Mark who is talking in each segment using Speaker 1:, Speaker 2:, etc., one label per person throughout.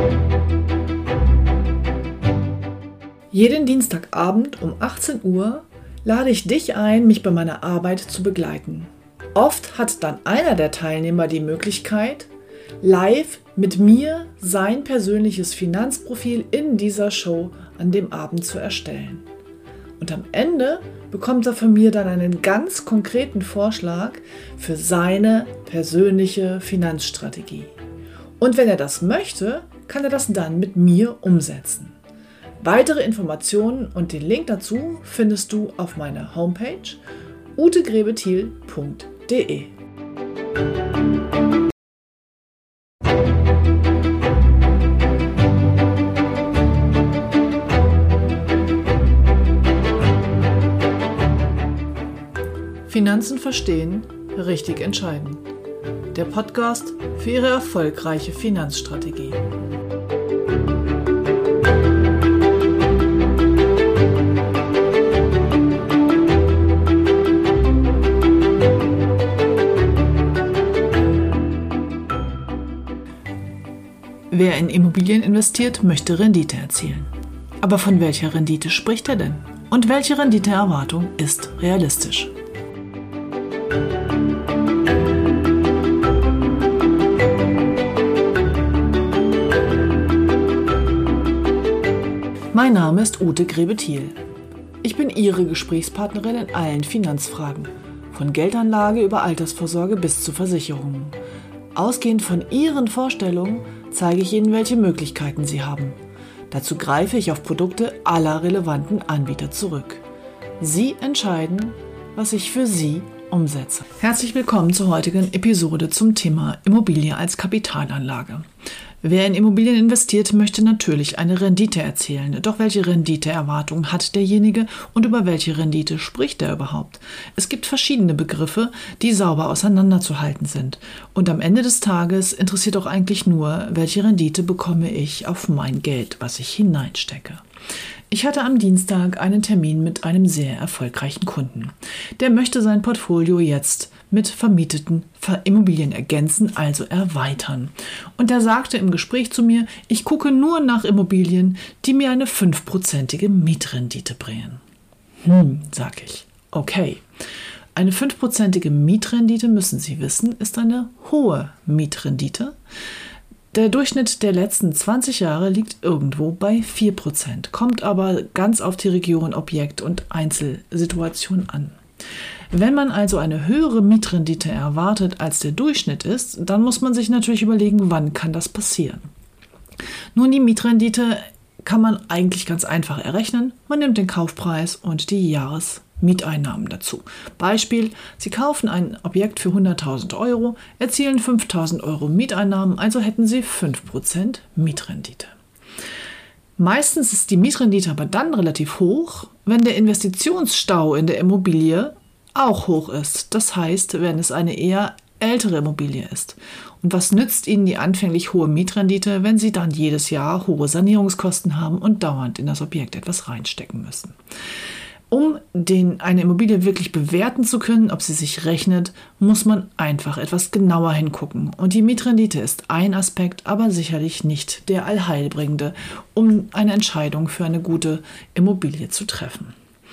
Speaker 1: Jeden Dienstagabend um 18 Uhr lade ich dich ein, mich bei meiner Arbeit zu begleiten. Oft hat dann einer der Teilnehmer die Möglichkeit, live mit mir sein persönliches Finanzprofil in dieser Show an dem Abend zu erstellen. Und am Ende bekommt er von mir dann einen ganz konkreten Vorschlag für seine persönliche Finanzstrategie. Und wenn er das möchte, kann er das dann mit mir umsetzen. Weitere Informationen und den Link dazu findest du auf meiner Homepage utegrebethiel.de. Finanzen verstehen, richtig entscheiden. Der Podcast für Ihre erfolgreiche Finanzstrategie. Wer in Immobilien investiert, möchte Rendite erzielen. Aber von welcher Rendite spricht er denn? Und welche Renditeerwartung ist realistisch? Mein Name ist Ute Grebethiel. Ich bin Ihre Gesprächspartnerin in allen Finanzfragen, von Geldanlage über Altersvorsorge bis zu Versicherungen. Ausgehend von Ihren Vorstellungen zeige ich Ihnen, welche Möglichkeiten Sie haben. Dazu greife ich auf Produkte aller relevanten Anbieter zurück. Sie entscheiden, was ich für Sie umsetze. Herzlich willkommen zur heutigen Episode zum Thema Immobilie als Kapitalanlage. Wer in Immobilien investiert, möchte natürlich eine Rendite erzielen. Doch welche Renditeerwartung hat derjenige und über welche Rendite spricht er überhaupt? Es gibt verschiedene Begriffe, die sauber auseinanderzuhalten sind. Und am Ende des Tages interessiert auch eigentlich nur, welche Rendite bekomme ich auf mein Geld, was ich hineinstecke. Ich hatte am Dienstag einen Termin mit einem sehr erfolgreichen Kunden. Der möchte sein Portfolio jetzt mit vermieteten Immobilien ergänzen, also erweitern. Und er sagte im Gespräch zu mir, ich gucke nur nach Immobilien, die mir eine 5%ige Mietrendite bringen. Sag ich. Okay. Eine 5%ige Mietrendite, müssen Sie wissen, ist eine hohe Mietrendite. Der Durchschnitt der letzten 20 Jahre liegt irgendwo bei 4%, kommt aber ganz auf die Region, Objekt und Einzelsituation an. Wenn man also eine höhere Mietrendite erwartet, als der Durchschnitt ist, dann muss man sich natürlich überlegen, wann kann das passieren. Nun, die Mietrendite kann man eigentlich ganz einfach errechnen. Man nimmt den Kaufpreis und die Jahresmieteinnahmen dazu. Beispiel, Sie kaufen ein Objekt für 100.000 Euro, erzielen 5.000 Euro Mieteinnahmen, also hätten Sie 5% Mietrendite. Meistens ist die Mietrendite aber dann relativ hoch, wenn der Investitionsstau in der Immobilie auch hoch ist. Das heißt, wenn es eine eher ältere Immobilie ist. Und was nützt Ihnen die anfänglich hohe Mietrendite, wenn Sie dann jedes Jahr hohe Sanierungskosten haben und dauernd in das Objekt etwas reinstecken müssen? Um eine Immobilie wirklich bewerten zu können, ob sie sich rechnet, muss man einfach etwas genauer hingucken. Und die Mietrendite ist ein Aspekt, aber sicherlich nicht der allheilbringende, um eine Entscheidung für eine gute Immobilie zu treffen.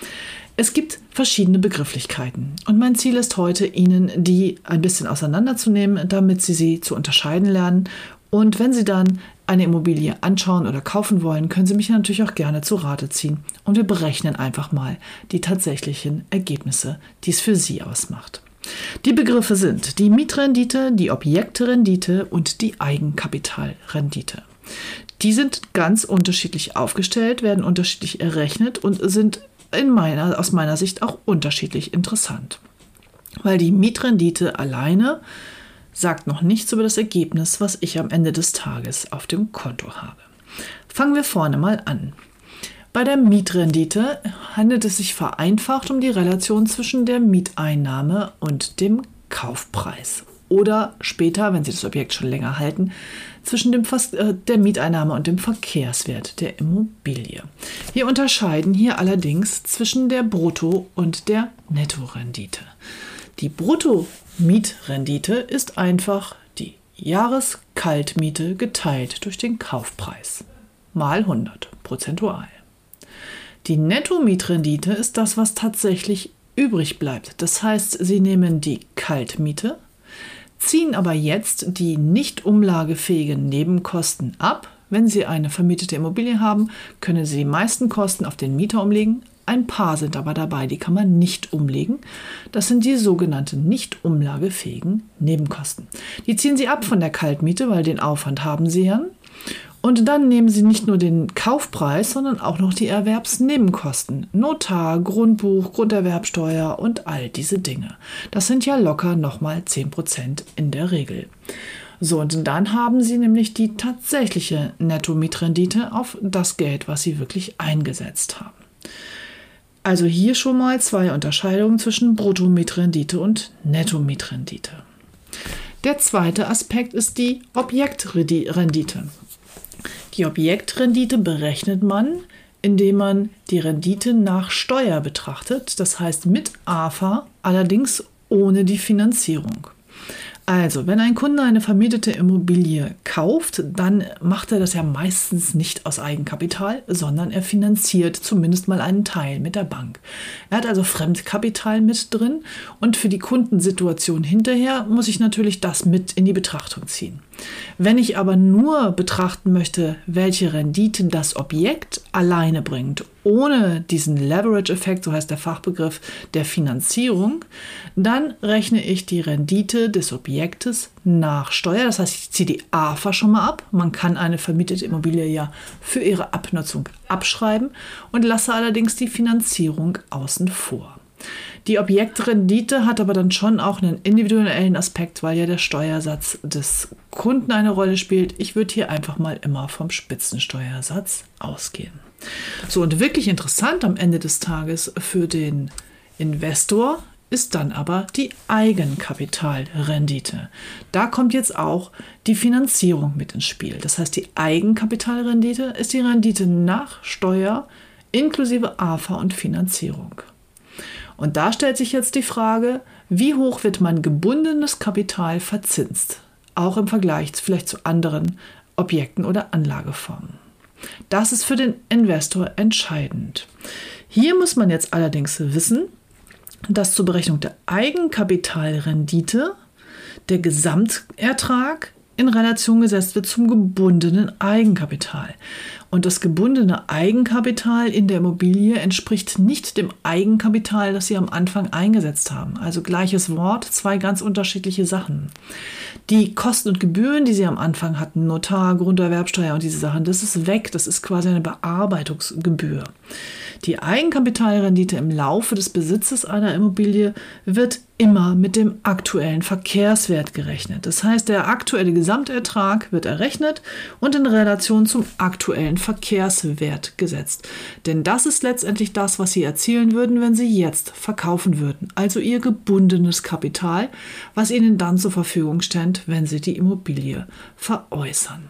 Speaker 1: Es gibt verschiedene Begrifflichkeiten und mein Ziel ist heute, Ihnen die ein bisschen auseinanderzunehmen, damit Sie zu unterscheiden lernen. Und wenn Sie dann eine Immobilie anschauen oder kaufen wollen, können Sie mich natürlich auch gerne zu Rate ziehen und wir berechnen einfach mal die tatsächlichen Ergebnisse, die es für Sie ausmacht. Die Begriffe sind die Mietrendite, die Objektrendite und die Eigenkapitalrendite. Die sind ganz unterschiedlich aufgestellt, werden unterschiedlich errechnet und sind aus meiner Sicht auch unterschiedlich interessant. Weil die Mietrendite alleine sagt noch nichts über das Ergebnis, was ich am Ende des Tages auf dem Konto habe. Fangen wir vorne mal an. Bei der Mietrendite handelt es sich vereinfacht um die Relation zwischen der Mieteinnahme und dem Kaufpreis. Oder später, wenn Sie das Objekt schon länger halten, zwischen der Mieteinnahme und dem Verkehrswert der Immobilie. Wir unterscheiden hier allerdings zwischen der Brutto- und der Nettorendite. Die Bruttomietrendite ist einfach die Jahreskaltmiete geteilt durch den Kaufpreis mal 100 prozentual. Die Nettomietrendite ist das, was tatsächlich übrig bleibt. Das heißt, Sie nehmen die Kaltmiete, ziehen aber jetzt die nicht umlagefähigen Nebenkosten ab. Wenn Sie eine vermietete Immobilie haben, können Sie die meisten Kosten auf den Mieter umlegen. Ein paar sind aber dabei, die kann man nicht umlegen. Das sind die sogenannten nicht umlagefähigen Nebenkosten. Die ziehen Sie ab von der Kaltmiete, weil den Aufwand haben Sie ja. Und dann nehmen Sie nicht nur den Kaufpreis, sondern auch noch die Erwerbsnebenkosten. Notar, Grundbuch, Grunderwerbsteuer und all diese Dinge. Das sind ja locker nochmal 10% in der Regel. So, und dann haben Sie nämlich die tatsächliche Nettomietrendite auf das Geld, was Sie wirklich eingesetzt haben. Also hier schon mal 2 Unterscheidungen zwischen Bruttomietrendite und Nettomietrendite. Der zweite Aspekt ist die Objektrendite. Die Objektrendite berechnet man, indem man die Rendite nach Steuer betrachtet, das heißt mit AFA, allerdings ohne die Finanzierung. Also, wenn ein Kunde eine vermietete Immobilie kauft, dann macht er das ja meistens nicht aus Eigenkapital, sondern er finanziert zumindest mal einen Teil mit der Bank. Er hat also Fremdkapital mit drin und für die Kundensituation hinterher muss ich natürlich das mit in die Betrachtung ziehen. Wenn ich aber nur betrachten möchte, welche Rendite das Objekt alleine bringt, ohne diesen Leverage-Effekt, so heißt der Fachbegriff, der Finanzierung, dann rechne ich die Rendite des Objektes nach Steuer. Das heißt, ich ziehe die AFA schon mal ab. Man kann eine vermietete Immobilie ja für ihre Abnutzung abschreiben und lasse allerdings die Finanzierung außen vor. Die Objektrendite hat aber dann schon auch einen individuellen Aspekt, weil ja der Steuersatz des Kunden eine Rolle spielt. Ich würde hier einfach mal immer vom Spitzensteuersatz ausgehen. So, und wirklich interessant am Ende des Tages für den Investor ist dann aber die Eigenkapitalrendite. Da kommt jetzt auch die Finanzierung mit ins Spiel. Das heißt, die Eigenkapitalrendite ist die Rendite nach Steuer inklusive AFA und Finanzierung. Und da stellt sich jetzt die Frage, wie hoch wird mein gebundenes Kapital verzinst? Auch im Vergleich vielleicht zu anderen Objekten oder Anlageformen. Das ist für den Investor entscheidend. Hier muss man jetzt allerdings wissen, dass zur Berechnung der Eigenkapitalrendite der Gesamtertrag in Relation gesetzt wird zum gebundenen Eigenkapital. Und das gebundene Eigenkapital in der Immobilie entspricht nicht dem Eigenkapital, das Sie am Anfang eingesetzt haben. Also gleiches Wort, 2 ganz unterschiedliche Sachen. Die Kosten und Gebühren, die Sie am Anfang hatten, Notar, Grunderwerbsteuer und diese Sachen, das ist weg. Das ist quasi eine Bearbeitungsgebühr. Die Eigenkapitalrendite im Laufe des Besitzes einer Immobilie wird immer mit dem aktuellen Verkehrswert gerechnet. Das heißt, der aktuelle Gesamtertrag wird errechnet und in Relation zum aktuellen Verkehrswert gesetzt. Denn das ist letztendlich das, was Sie erzielen würden, wenn Sie jetzt verkaufen würden. Also Ihr gebundenes Kapital, was Ihnen dann zur Verfügung steht, wenn Sie die Immobilie veräußern.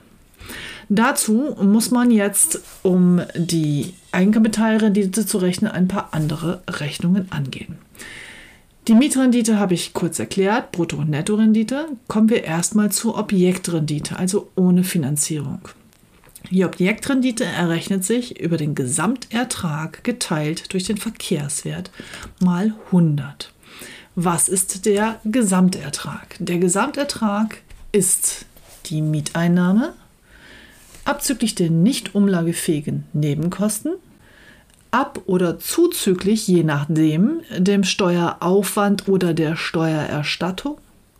Speaker 1: Dazu muss man jetzt, um die Eigenkapitalrendite zu rechnen, ein paar andere Rechnungen angehen. Die Mietrendite habe ich kurz erklärt, Brutto- und Nettorendite. Kommen wir erstmal zur Objektrendite, also ohne Finanzierung. Die Objektrendite errechnet sich über den Gesamtertrag geteilt durch den Verkehrswert mal 100. Was ist der Gesamtertrag? Der Gesamtertrag ist die Mieteinnahme abzüglich der nicht umlagefähigen Nebenkosten, ab- oder zuzüglich, je nachdem, dem Steueraufwand oder der Steuererstattung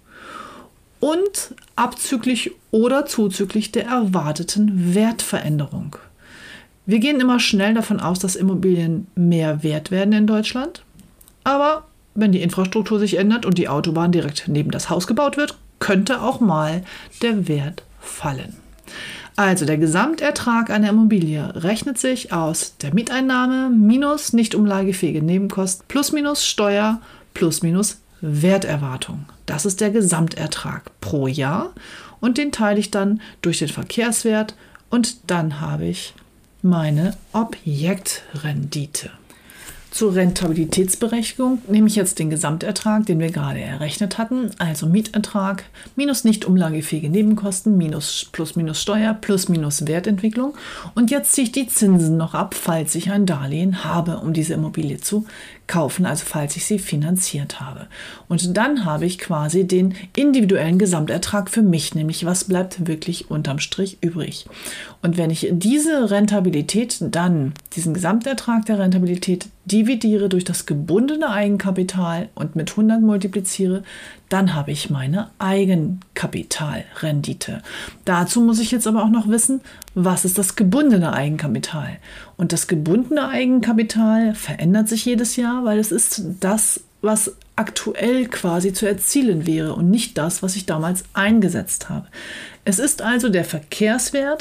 Speaker 1: und abzüglich oder zuzüglich der erwarteten Wertveränderung. Wir gehen immer schnell davon aus, dass Immobilien mehr wert werden in Deutschland, aber wenn die Infrastruktur sich ändert und die Autobahn direkt neben das Haus gebaut wird, könnte auch mal der Wert fallen. Also der Gesamtertrag einer Immobilie rechnet sich aus der Mieteinnahme minus nicht umlagefähige Nebenkosten plus minus Steuer plus minus Werterwartung. Das ist der Gesamtertrag pro Jahr und den teile ich dann durch den Verkehrswert und dann habe ich meine Objektrendite. Zur Rentabilitätsberechtigung nehme ich jetzt den Gesamtertrag, den wir gerade errechnet hatten, also Mietertrag minus nicht umlagefähige Nebenkosten minus plus minus Steuer plus minus Wertentwicklung. Und jetzt ziehe ich die Zinsen noch ab, falls ich ein Darlehen habe, um diese Immobilie zu kaufen, also falls ich sie finanziert habe. Und dann habe ich quasi den individuellen Gesamtertrag für mich, nämlich was bleibt wirklich unterm Strich übrig. Und wenn ich diese Rentabilität dann, diesen Gesamtertrag der Rentabilität dividiere durch das gebundene Eigenkapital und mit 100 multipliziere, dann habe ich meine Eigenkapitalrendite. Dazu muss ich jetzt aber auch noch wissen, was ist das gebundene Eigenkapital? Und das gebundene Eigenkapital verändert sich jedes Jahr, weil es ist das, was aktuell quasi zu erzielen wäre und nicht das, was ich damals eingesetzt habe. Es ist also der Verkehrswert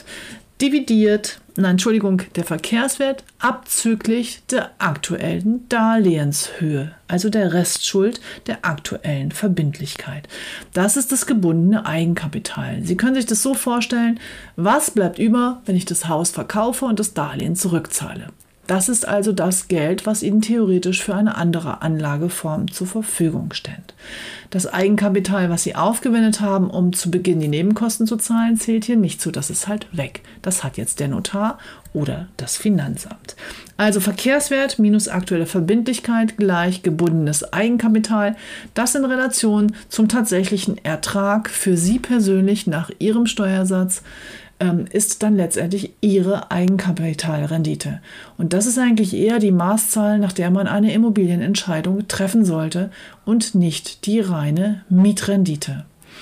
Speaker 1: der Verkehrswert abzüglich der aktuellen Darlehenshöhe, also der Restschuld der aktuellen Verbindlichkeit. Das ist das gebundene Eigenkapital. Sie können sich das so vorstellen, was bleibt über, wenn ich das Haus verkaufe und das Darlehen zurückzahle. Das ist also das Geld, was Ihnen theoretisch für eine andere Anlageform zur Verfügung steht. Das Eigenkapital, was Sie aufgewendet haben, um zu Beginn die Nebenkosten zu zahlen, zählt hier nicht zu. Das ist halt weg. Das hat jetzt der Notar oder das Finanzamt. Also Verkehrswert minus aktuelle Verbindlichkeit gleich gebundenes Eigenkapital. Das in Relation zum tatsächlichen Ertrag für Sie persönlich nach Ihrem Steuersatz ist dann letztendlich Ihre Eigenkapitalrendite. Und das ist eigentlich eher die Maßzahl, nach der man eine Immobilienentscheidung treffen sollte und nicht die reine Mietrendite.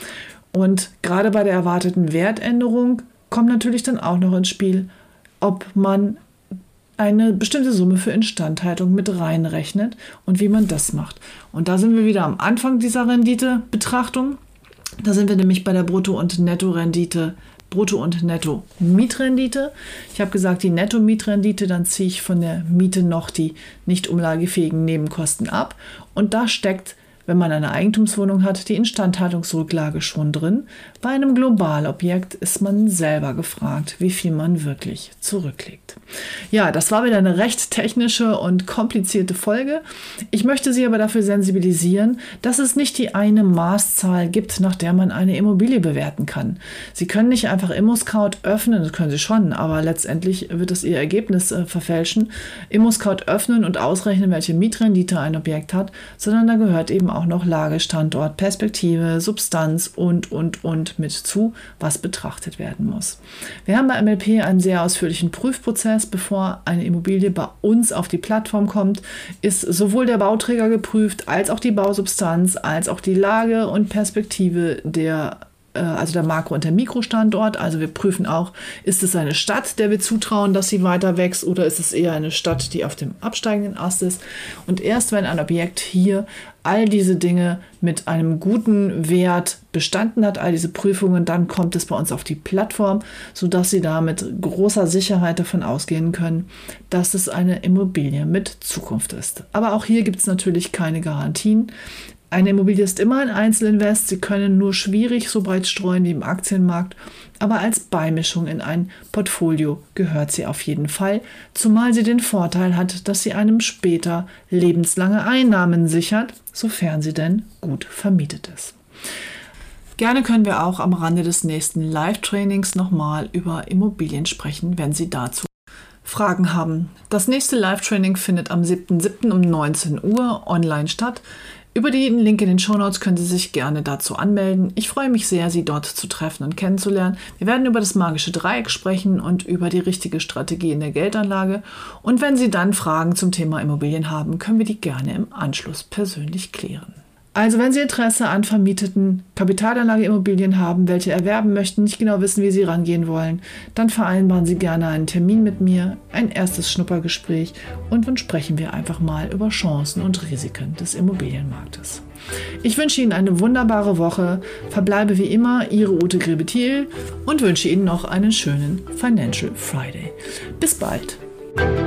Speaker 1: Und gerade bei der erwarteten Wertänderung kommt natürlich dann auch noch ins Spiel, ob man eine bestimmte Summe für Instandhaltung mit reinrechnet und wie man das macht. Und da sind wir wieder am Anfang dieser Renditebetrachtung. Da sind wir nämlich bei der Brutto- und Nettorendite, Brutto- und Netto-Mietrendite. Ich habe gesagt, die Netto-Mietrendite, dann ziehe ich von der Miete noch die nicht umlagefähigen Nebenkosten ab. Und da steckt, wenn man eine Eigentumswohnung hat, die Instandhaltungsrücklage schon drin. Bei einem Globalobjekt ist man selber gefragt, wie viel man wirklich zurücklegt. Ja, das war wieder eine recht technische und komplizierte Folge. Ich möchte Sie aber dafür sensibilisieren, dass es nicht die eine Maßzahl gibt, nach der man eine Immobilie bewerten kann. Sie können nicht einfach ImmoScout öffnen, das können Sie schon, aber letztendlich wird es Ihr Ergebnis verfälschen. ImmoScout öffnen und ausrechnen, welche Mietrendite ein Objekt hat, sondern da gehört eben auch noch Lage, Standort, Perspektive, Substanz und mit zu, was betrachtet werden muss. Wir haben bei MLP einen sehr ausführlichen Prüfprozess. Bevor eine Immobilie bei uns auf die Plattform kommt, ist sowohl der Bauträger geprüft, als auch die Bausubstanz, als auch die Lage und Perspektive der Makro- und der Mikrostandort. Also wir prüfen auch, ist es eine Stadt, der wir zutrauen, dass sie weiter wächst, oder ist es eher eine Stadt, die auf dem absteigenden Ast ist. Und erst wenn ein Objekt hier all diese Dinge mit einem guten Wert bestanden hat, all diese Prüfungen, dann kommt es bei uns auf die Plattform, sodass Sie da mit großer Sicherheit davon ausgehen können, dass es eine Immobilie mit Zukunft ist. Aber auch hier gibt es natürlich keine Garantien. Eine Immobilie ist immer ein Einzelinvest. Sie können nur schwierig so breit streuen wie im Aktienmarkt, aber als Beimischung in ein Portfolio gehört sie auf jeden Fall, zumal sie den Vorteil hat, dass sie einem später lebenslange Einnahmen sichert, sofern sie denn gut vermietet ist. Gerne können wir auch am Rande des nächsten Live-Trainings nochmal über Immobilien sprechen, wenn Sie dazu Fragen haben. Das nächste Live-Training findet am 7.7. um 19 Uhr online statt. Über den Link in den Shownotes können Sie sich gerne dazu anmelden. Ich freue mich sehr, Sie dort zu treffen und kennenzulernen. Wir werden über das magische Dreieck sprechen und über die richtige Strategie in der Geldanlage. Und wenn Sie dann Fragen zum Thema Immobilien haben, können wir die gerne im Anschluss persönlich klären. Also wenn Sie Interesse an vermieteten Kapitalanlageimmobilien haben, welche erwerben möchten, nicht genau wissen, wie Sie rangehen wollen, dann vereinbaren Sie gerne einen Termin mit mir, ein erstes Schnuppergespräch, und dann sprechen wir einfach mal über Chancen und Risiken des Immobilienmarktes. Ich wünsche Ihnen eine wunderbare Woche, verbleibe wie immer Ihre Ute Grebethiel und wünsche Ihnen noch einen schönen Financial Friday. Bis bald!